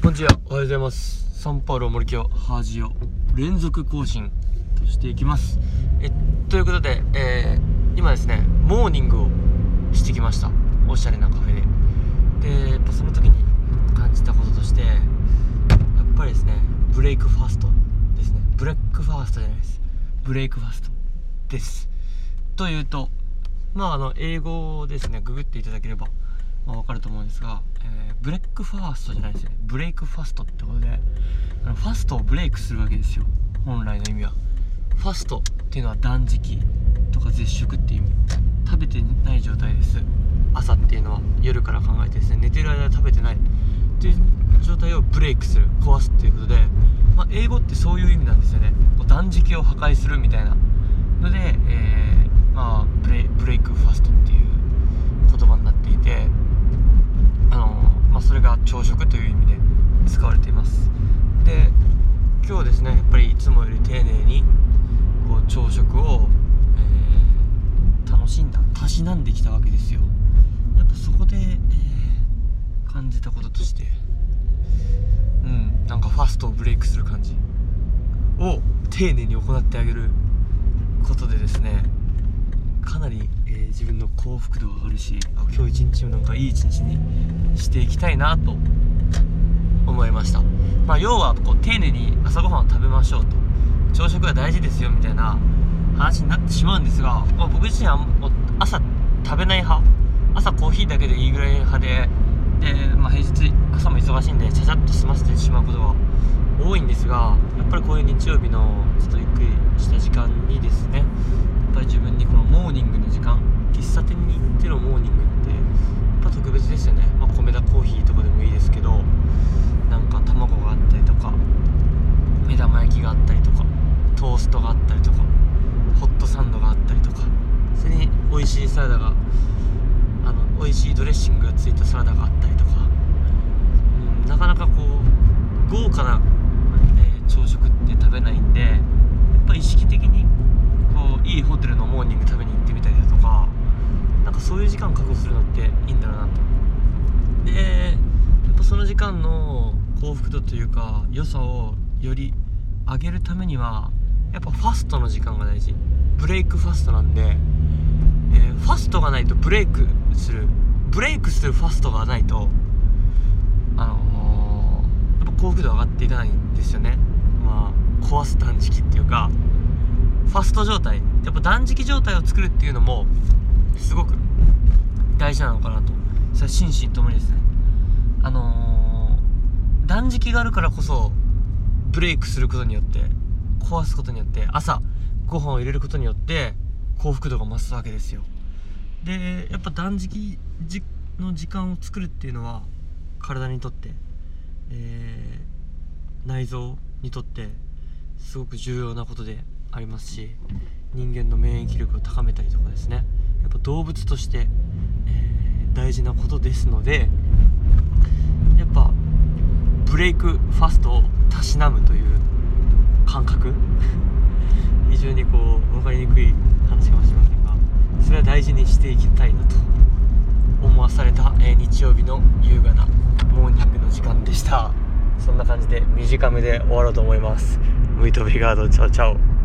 こんにちは、おはようございます。サンパウロ森清ハージオ連続更新としていきます。ということで、今ですねモーニングをしてきました。おしゃれなカフェで。でやっぱその時に感じたこととして、やっぱりですねブレイクファーストですね。ブレックファーストじゃないです、ブレイクファーストです。というと英語をですねググっていただければ分かると思うんですが、ブレックファーストじゃないですよね、ブレイクファストってことで、ファストをブレイクするわけですよ。本来の意味はファストっていうのは断食とか絶食っていう意味、食べてない状態です。朝っていうのは夜から考えてですね、寝てる間は食べてないっていう状態をブレイクする、壊すっていうことで、英語ってそういう意味なんですよね。断食を破壊するみたいなので、ブレイクファストっていう言葉になっていて、それが朝食という意味で使われています。で、今日ですねやっぱりいつもより丁寧に朝食を、楽しんだ、たしなんできたわけですよ。やっぱそこで、感じたこととして、なんかファストをブレイクする感じを丁寧に行ってあげることでですね、かなり、自分の幸福度が上がるし、今日一日もなんかいい一日にしていきたいなと思いました。要は丁寧に朝ごはんを食べましょうと、朝食が大事ですよみたいな話になってしまうんですが、僕自身は朝食べない派、朝コーヒーだけでいいぐらい派で、平日朝も忙しいんでちゃちゃっと済ませてしまうことが多いんですが、やっぱりこういう日曜日のちょっとゆっくりした時間にですね、やっぱり自分にこのモーニングの時間、喫茶店に行ってのモーニングってやっぱ特別ですよね。米田コーヒーとかでもいいですけど、なんか卵があったりとか、目玉焼きがあったりとか、トーストがあったりとか、ホットサンドがあったりとか、それに美味しいサラダが、美味しいドレッシングがついたサラダがあったりとか、なかなか豪華な、朝食って食べないんで、やっぱ意識的にいいホテルのモーニング食べに行ってみたりだとか、なんかそういう時間確保するのっていいんだろうなと。で、やっぱその時間の幸福度というか良さをより上げるためには、やっぱファストの時間が大事。ブレイクファストなんで、ファストがないとブレイクするファストがないと、やっぱ幸福度上がっていかないんですよね。壊す断食っていうかファスト状態、やっぱ断食状態を作るっていうのもすごく大事なのかなと。それは心身ともにですね、断食があるからこそブレイクすることによって、壊すことによって、朝ご飯を入れることによって幸福度が増すわけですよ。でやっぱ断食の時間を作るっていうのは体にとって、内臓にとってすごく重要なことでありますし、人間の免疫力を高めたりとかですね、やっぱ動物として、大事なことですので、やっぱブレイクファストをたしなむという感覚非常に分かりにくい話かもしれませんが、それは大事にしていきたいなと思わされた、日曜日の優雅なモーニングの時間でした。そんな感じで短めで終わろうと思います。ムイトビガード、チャオチャオ。